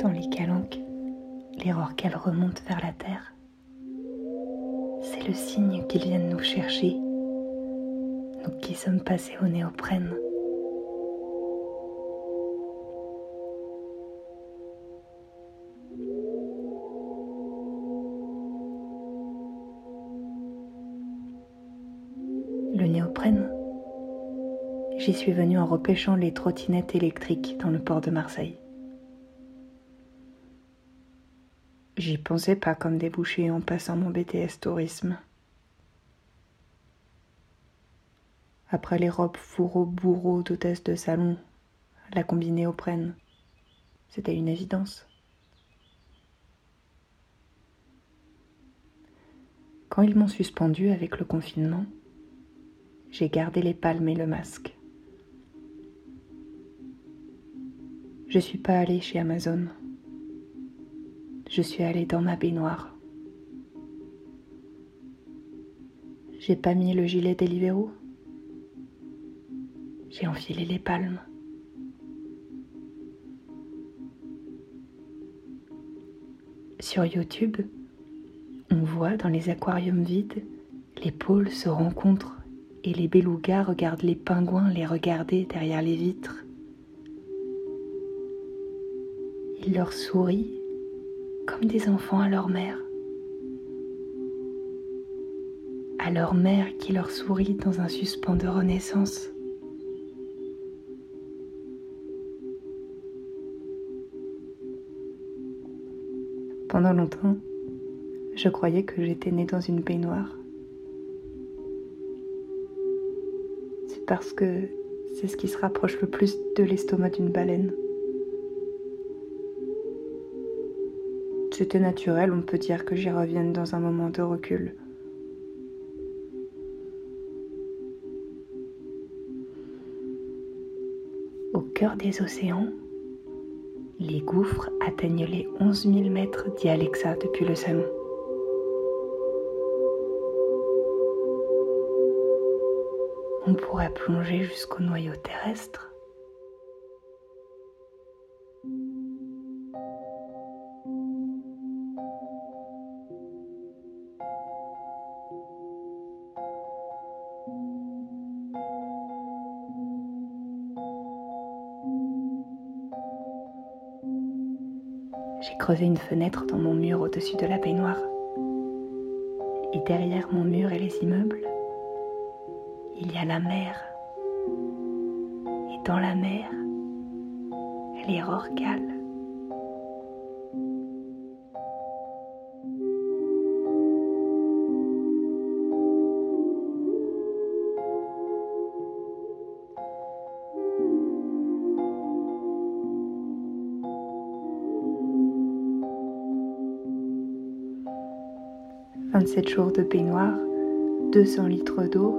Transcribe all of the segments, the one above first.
Dans les calanques, les rorquals remontent vers la terre. C'est le signe qu'ils viennent nous chercher, nous qui sommes passés au néoprène. Le néoprène, j'y suis venue en repêchant les trottinettes électriques dans le port de Marseille. J'y pensais pas comme débouché en passant mon BTS tourisme. Après les robes fourreaux-bourreaux d'hôtesse de salon, la combi néoprène, c'était une évidence. Quand ils m'ont suspendue avec le confinement, j'ai gardé les palmes et le masque. Je suis pas allée chez Amazon. Je suis allée dans ma baignoire. J'ai pas mis le gilet Deliveroo. J'ai enfilé les palmes. Sur YouTube, on voit dans les aquariums vides, les pôles se rencontrent et les belugas regardent les pingouins les regarder derrière les vitres. Ils leur sourient comme des enfants à leur mère. À leur mère qui leur sourit dans un suspens de renaissance. Pendant longtemps, je croyais que j'étais née dans une baignoire. C'est parce que c'est ce qui se rapproche le plus de l'estomac d'une baleine. C'était naturel, on peut dire que j'y revienne dans un moment de recul. Au cœur des océans, les gouffres atteignent les 11 000 mètres, dit Alexa depuis le salon. On pourrait plonger jusqu'au noyau terrestre. J'ai creusé une fenêtre dans mon mur au-dessus de la baignoire. Et derrière mon mur et les immeubles, il y a la mer. Et dans la mer, les rorquals. « 27 jours de baignoire, 200 litres d'eau.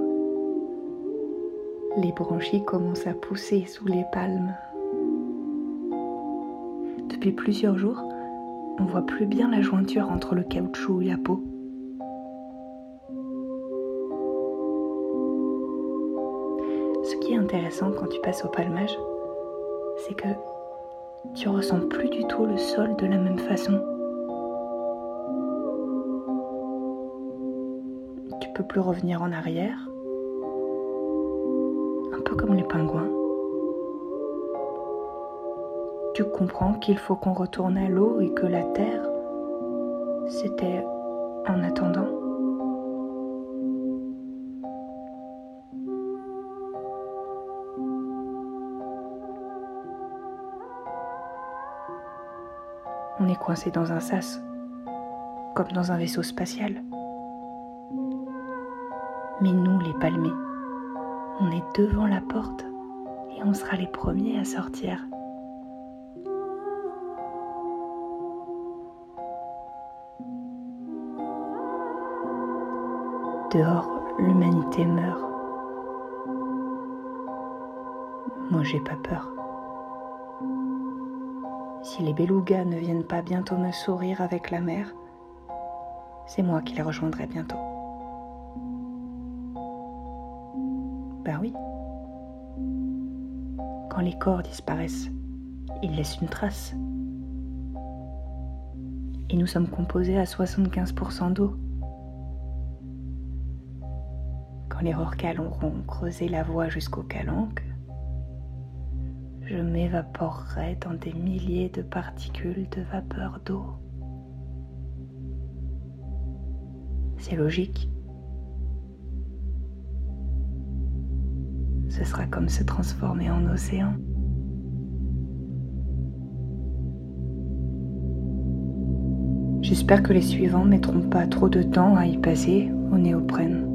Les branchies commencent à pousser sous les palmes. Depuis plusieurs jours, on voit plus bien la jointure entre le caoutchouc et la peau. Ce qui est intéressant quand tu passes au palmage, c'est que tu ressens plus du tout le sol de la même façon. Tu peux plus revenir en arrière, un peu comme les pingouins. Tu comprends qu'il faut qu'on retourne à l'eau et que la terre, c'était en attendant. On est coincé dans un sas, comme dans un vaisseau spatial. Mais nous, les palmés, on est devant la porte et on sera les premiers à sortir. Dehors, l'humanité meurt. Moi, j'ai pas peur. Si les belugas ne viennent pas bientôt me sourire avec la mer, c'est moi qui les rejoindrai bientôt. Ben oui. Quand les corps disparaissent, ils laissent une trace. Et nous sommes composés à 75% d'eau. Quand les rorquals auront creusé la voie jusqu'aux calanques, je m'évaporerai dans des milliers de particules de vapeur d'eau. C'est logique. Ce sera comme se transformer en océan. J'espère que les suivants mettront pas trop de temps à y passer au néoprène.